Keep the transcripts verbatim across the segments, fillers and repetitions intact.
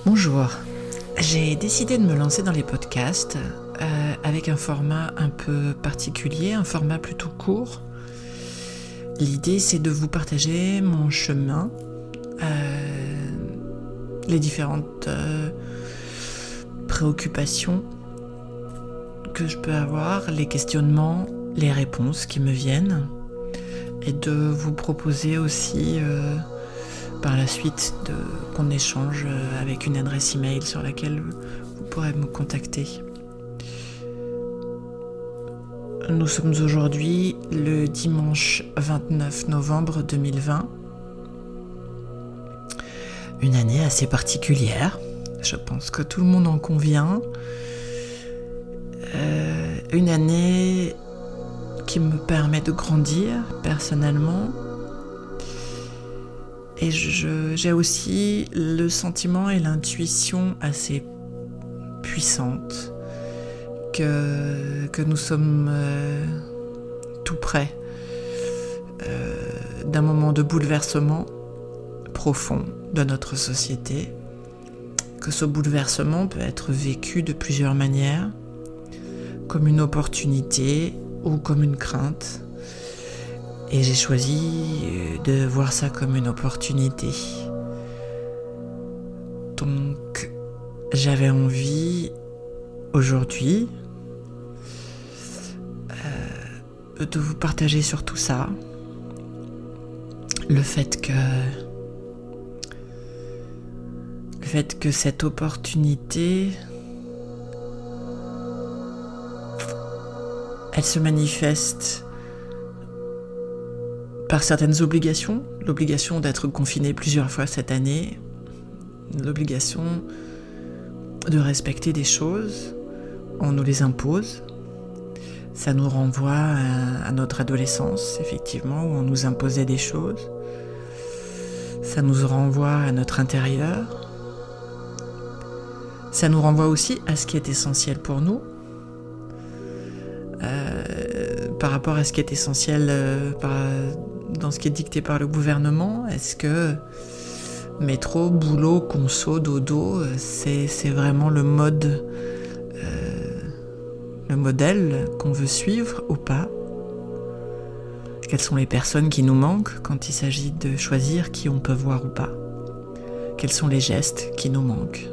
Bonjour, j'ai décidé de me lancer dans les podcasts euh, avec un format un peu particulier, un format plutôt court. L'idée c'est de vous partager mon chemin, euh, les différentes euh, préoccupations que je peux avoir, les questionnements, les réponses qui me viennent, et de vous proposer aussi euh, par la suite de, qu'on échange avec une adresse email sur laquelle vous pourrez me contacter. Nous sommes aujourd'hui le dimanche vingt-neuf novembre deux mille vingt. Une année assez particulière, je pense que tout le monde en convient. Euh, une année qui me permet de grandir personnellement. Et je, j'ai aussi le sentiment et l'intuition assez puissante que, que nous sommes euh, tout près euh, d'un moment de bouleversement profond de notre société, que ce bouleversement peut être vécu de plusieurs manières, comme une opportunité ou comme une crainte. Et j'ai choisi de voir ça comme une opportunité. Donc, j'avais envie, aujourd'hui, euh, de vous partager sur tout ça. Le fait que... Le fait que cette opportunité... Elle se manifeste par certaines obligations, l'obligation d'être confiné plusieurs fois cette année, l'obligation de respecter des choses, on nous les impose. Ça nous renvoie à, à notre adolescence, effectivement, où on nous imposait des choses. Ça nous renvoie à notre intérieur. Ça nous renvoie aussi à ce qui est essentiel pour nous. Euh, par rapport à ce qui est essentiel euh, par, dans ce qui est dicté par le gouvernement, est-ce que métro, boulot, conso, dodo, c'est, c'est vraiment le mode, euh, le modèle qu'on veut suivre ou pas? Quelles sont les personnes qui nous manquent quand il s'agit de choisir qui on peut voir ou pas? Quels sont les gestes qui nous manquent?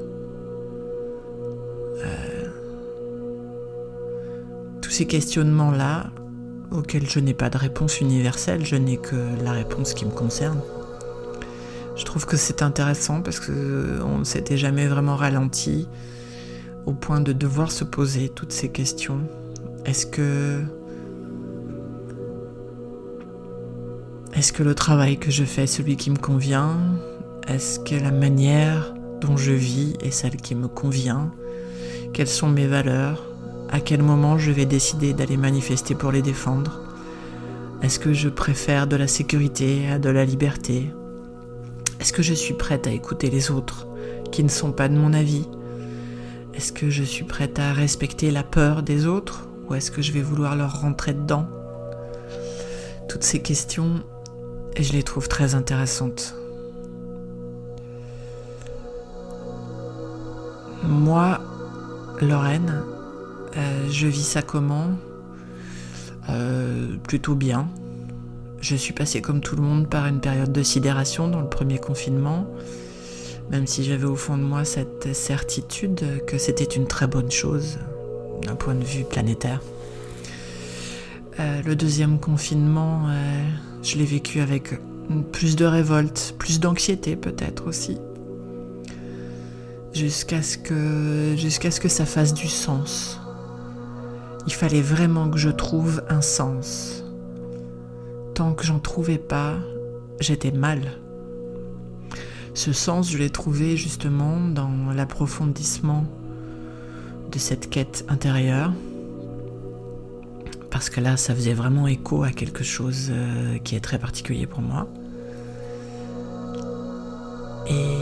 Tous ces questionnements-là, auxquels je n'ai pas de réponse universelle, je n'ai que la réponse qui me concerne. Je trouve que c'est intéressant parce qu'on ne s'était jamais vraiment ralenti au point de devoir se poser toutes ces questions. Est-ce que... Est-ce que le travail que je fais est celui qui me convient? Est-ce que la manière dont je vis est celle qui me convient? Quelles sont mes valeurs? À quel moment je vais décider d'aller manifester pour les défendre? Est-ce que je préfère de la sécurité à de la liberté? Est-ce que je suis prête à écouter les autres qui ne sont pas de mon avis? Est-ce que je suis prête à respecter la peur des autres ou est-ce que je vais vouloir leur rentrer dedans? Toutes ces questions, je les trouve très intéressantes. Moi, Lorraine, Euh, je vis ça comment? euh, Plutôt bien. Je suis passée comme tout le monde par une période de sidération dans le premier confinement, même si j'avais au fond de moi cette certitude que c'était une très bonne chose d'un point de vue planétaire. Euh, le deuxième confinement, euh, je l'ai vécu avec plus de révolte, plus d'anxiété peut-être aussi, jusqu'à ce que, jusqu'à ce que ça fasse du sens. Il fallait vraiment que je trouve un sens. Tant que j'en trouvais pas, j'étais mal. Ce sens, je l'ai trouvé justement dans l'approfondissement de cette quête intérieure. Parce que là, ça faisait vraiment écho à quelque chose qui est très particulier pour moi. Et...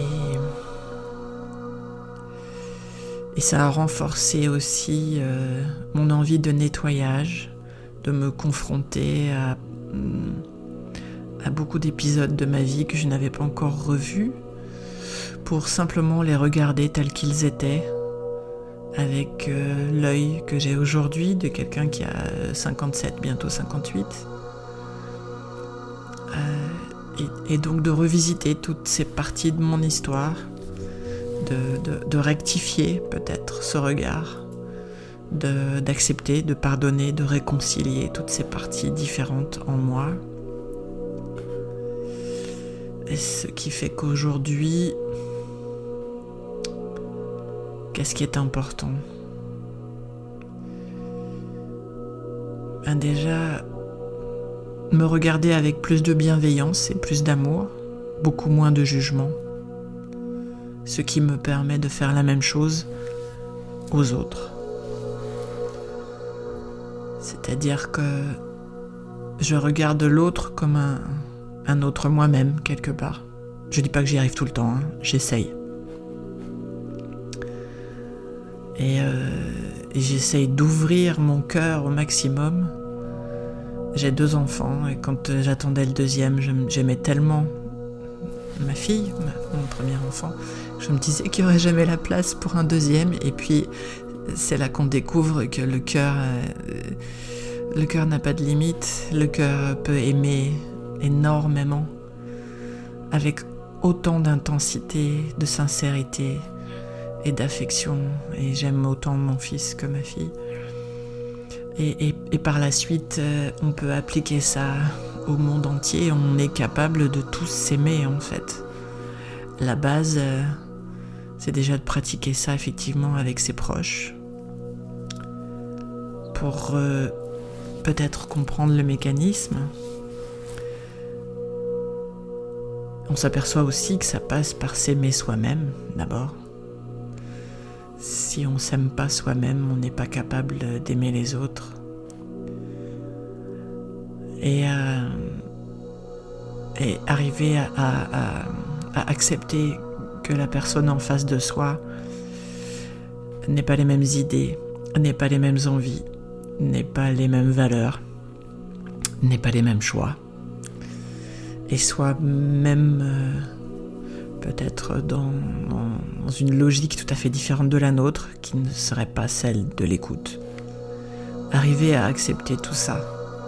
Et ça a renforcé aussi euh, mon envie de nettoyage, de me confronter à, à beaucoup d'épisodes de ma vie que je n'avais pas encore revus, pour simplement les regarder tels qu'ils étaient, avec euh, l'œil que j'ai aujourd'hui de quelqu'un qui a cinquante-sept, bientôt cinquante-huit. Euh, et, et donc de revisiter toutes ces parties de mon histoire, de, de, de rectifier peut-être ce regard, de, d'accepter, de pardonner, de réconcilier toutes ces parties différentes en moi. Et ce qui fait qu'aujourd'hui, qu'est-ce qui est important ? Ben déjà, me regarder avec plus de bienveillance et plus d'amour, beaucoup moins de jugement, ce qui me permet de faire la même chose aux autres. C'est-à-dire que je regarde l'autre comme un, un autre moi-même, quelque part. Je dis pas que j'y arrive tout le temps, hein, j'essaye. Et, euh, et j'essaye d'ouvrir mon cœur au maximum. J'ai deux enfants et quand j'attendais le deuxième, j'aimais tellement ma fille, mon premier enfant, je me disais qu'il n'y aurait jamais la place pour un deuxième. Et puis c'est là qu'on découvre que le cœur, euh, le cœur n'a pas de limite. Le cœur peut aimer énormément, avec autant d'intensité, de sincérité et d'affection. Et j'aime autant mon fils que ma fille. Et, et, et par la suite, euh, on peut appliquer ça au monde entier. On est capable de tous s'aimer, en fait. La base, euh, c'est déjà de pratiquer ça, effectivement, avec ses proches. Pour euh, peut-être comprendre le mécanisme. On s'aperçoit aussi que ça passe par s'aimer soi-même, d'abord. Si on ne s'aime pas soi-même, on n'est pas capable d'aimer les autres. Et, euh, et arriver à, à, à, à accepter que la personne en face de soi n'ait pas les mêmes idées, n'ait pas les mêmes envies, n'ait pas les mêmes valeurs, n'ait pas les mêmes choix, et soit même... Euh, peut-être dans, dans, dans une logique tout à fait différente de la nôtre, qui ne serait pas celle de l'écoute. Arriver à accepter tout ça,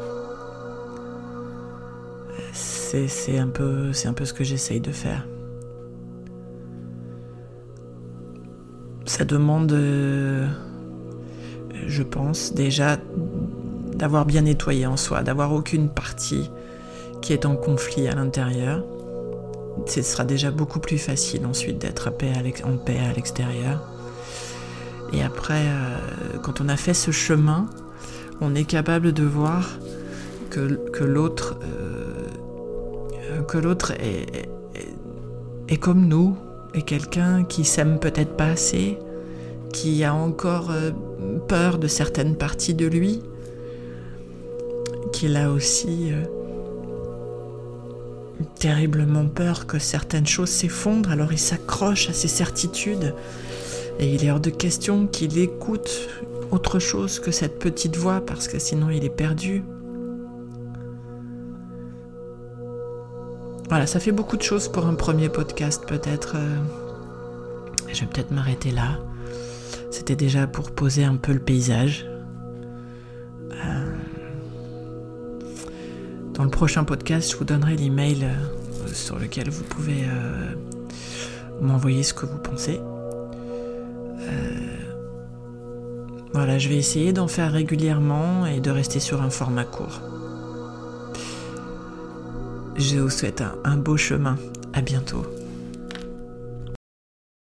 c'est, c'est, un peu, c'est un peu ce que j'essaye de faire. Ça demande, euh, je pense, déjà d'avoir bien nettoyé en soi, d'avoir aucune partie qui est en conflit à l'intérieur. Ce sera déjà beaucoup plus facile ensuite d'être en paix à l'extérieur. Et après, euh, quand on a fait ce chemin, on est capable de voir que, que l'autre, euh, que l'autre est, est, est comme nous, est quelqu'un qui s'aime peut-être pas assez, qui a encore euh, peur de certaines parties de lui, qu'il a aussi... Euh, terriblement peur que certaines choses s'effondrent, alors il s'accroche à ses certitudes et il est hors de question qu'il écoute autre chose que cette petite voix, parce que sinon il est perdu. Voilà, ça fait beaucoup de choses pour un premier podcast peut-être. Je vais peut-être m'arrêter là. C'était déjà pour poser un peu le paysage. Dans le prochain podcast, je vous donnerai l'email euh, sur lequel vous pouvez euh, m'envoyer ce que vous pensez. Euh, voilà, je vais essayer d'en faire régulièrement et de rester sur un format court. Je vous souhaite un, un beau chemin. À bientôt.